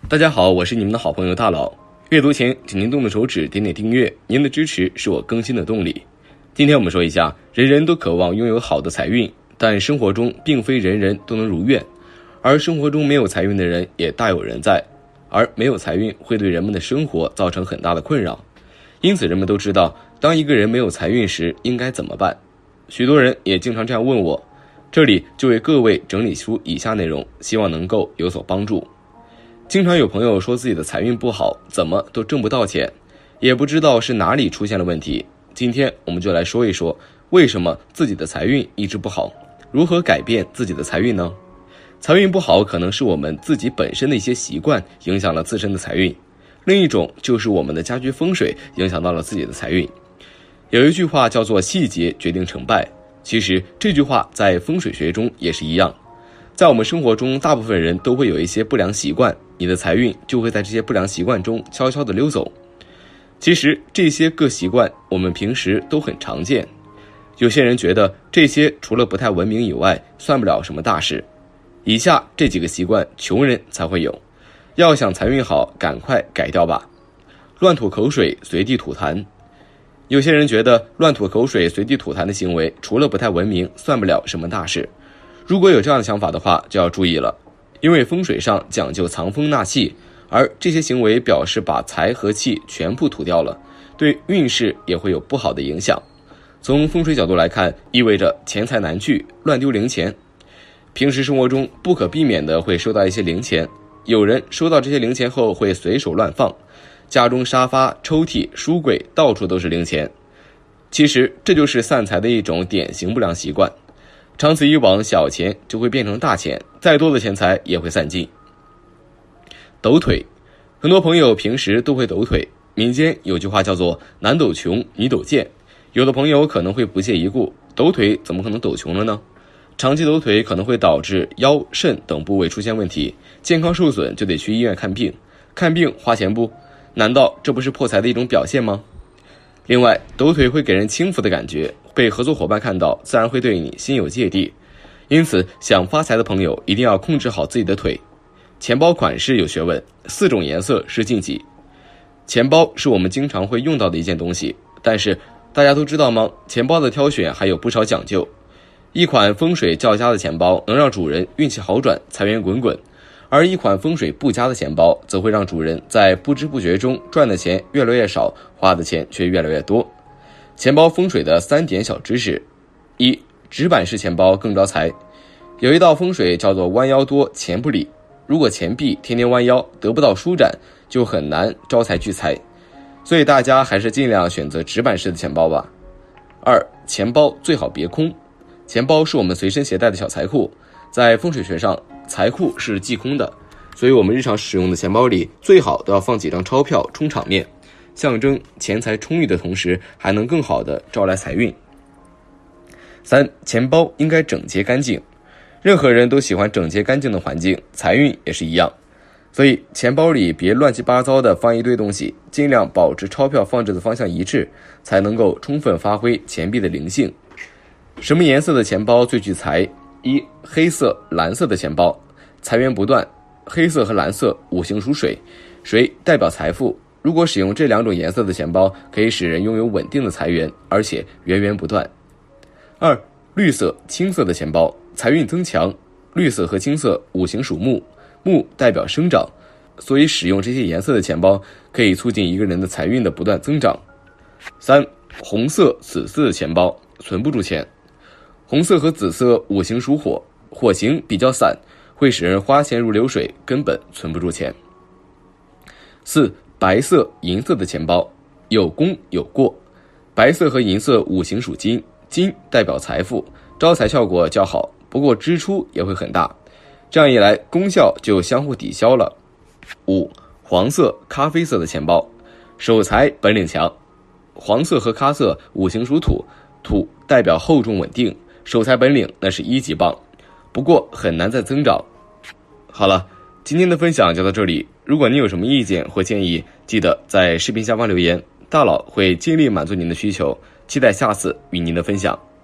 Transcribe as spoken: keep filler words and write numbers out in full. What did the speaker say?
大家好，我是你们的好朋友大佬。阅读前请您动动手指点点订阅，您的支持是我更新的动力。今天我们说一下，人人都渴望拥有好的财运，但生活中并非人人都能如愿，而生活中没有财运的人也大有人在，而没有财运会对人们的生活造成很大的困扰。因此人们都知道，当一个人没有财运时应该怎么办。许多人也经常这样问我，这里就为各位整理出以下内容，希望能够有所帮助。经常有朋友说自己的财运不好，怎么都挣不到钱，也不知道是哪里出现了问题。今天我们就来说一说，为什么自己的财运一直不好，如何改变自己的财运呢？财运不好可能是我们自己本身的一些习惯影响了自身的财运，另一种就是我们的家居风水影响到了自己的财运。有一句话叫做细节决定成败，其实这句话在风水学中也是一样。在我们生活中，大部分人都会有一些不良习惯，你的财运就会在这些不良习惯中悄悄地溜走。其实这些个习惯我们平时都很常见，有些人觉得这些除了不太文明以外算不了什么大事。以下这几个习惯穷人才会有，要想财运好赶快改掉吧。乱吐口水，随地吐痰。有些人觉得乱吐口水随地吐痰的行为除了不太文明算不了什么大事，如果有这样的想法的话就要注意了，因为风水上讲究藏风纳气，而这些行为表示把财和气全部吐掉了，对运势也会有不好的影响。从风水角度来看，意味着钱财难聚，乱丢零钱。平时生活中不可避免的会收到一些零钱，有人收到这些零钱后会随手乱放，家中沙发、抽屉、书柜到处都是零钱。其实这就是散财的一种典型不良习惯，长此以往，小钱就会变成大钱，再多的钱财也会散尽。抖腿，很多朋友平时都会抖腿，民间有句话叫做男抖穷，女抖贱。有的朋友可能会不屑一顾，抖腿怎么可能抖穷了呢？长期抖腿可能会导致腰、肾等部位出现问题，健康受损就得去医院看病，看病花钱不？难道这不是破财的一种表现吗？另外，抖腿会给人轻浮的感觉，被合作伙伴看到自然会对你心有芥蒂，因此想发财的朋友一定要控制好自己的腿。钱包款式有学问，四种颜色是禁忌。钱包是我们经常会用到的一件东西，但是大家都知道吗？钱包的挑选还有不少讲究。一款风水较佳的钱包能让主人运气好转，财源滚滚，而一款风水不佳的钱包则会让主人在不知不觉中赚的钱越来越少，花的钱却越来越多。钱包风水的三点小知识：一、直板式钱包更招财。有一道风水叫做弯腰多钱不理，如果钱币天天弯腰，得不到舒展，就很难招财聚财，所以大家还是尽量选择直板式的钱包吧。二、钱包最好别空。钱包是我们随身携带的小财库，在风水学上，财库是忌空的，所以我们日常使用的钱包里最好都要放几张钞票充场面，象征钱财充裕的同时，还能更好的招来财运。三、钱包应该整洁干净。任何人都喜欢整洁干净的环境，财运也是一样。所以钱包里别乱七八糟的放一堆东西，尽量保持钞票放置的方向一致，才能够充分发挥钱币的灵性。什么颜色的钱包最聚财？一、黑色、蓝色的钱包，财源不断。黑色和蓝色五行属水，水代表财富，如果使用这两种颜色的钱包，可以使人拥有稳定的财源，而且源源不断。二、绿色、青色的钱包，财运增强。绿色和青色五行属木，木代表生长，所以使用这些颜色的钱包可以促进一个人的财运的不断增长。三、红色、紫色的钱包存不住钱。红色和紫色五行属火，火型比较散，会使人花钱如流水，根本存不住钱。四、白色、银色的钱包有功有过。白色和银色五行属金，金代表财富，招财效果较好，不过支出也会很大，这样一来功效就相互抵消了。五、黄色、咖啡色的钱包守财本领强。黄色和咖色五行属土，土代表厚重稳定，守财本领那是一级棒，不过很难再增长。好了，今天的分享就到这里，如果您有什么意见或建议，记得在视频下方留言，大佬会尽力满足您的需求，期待下次与您的分享。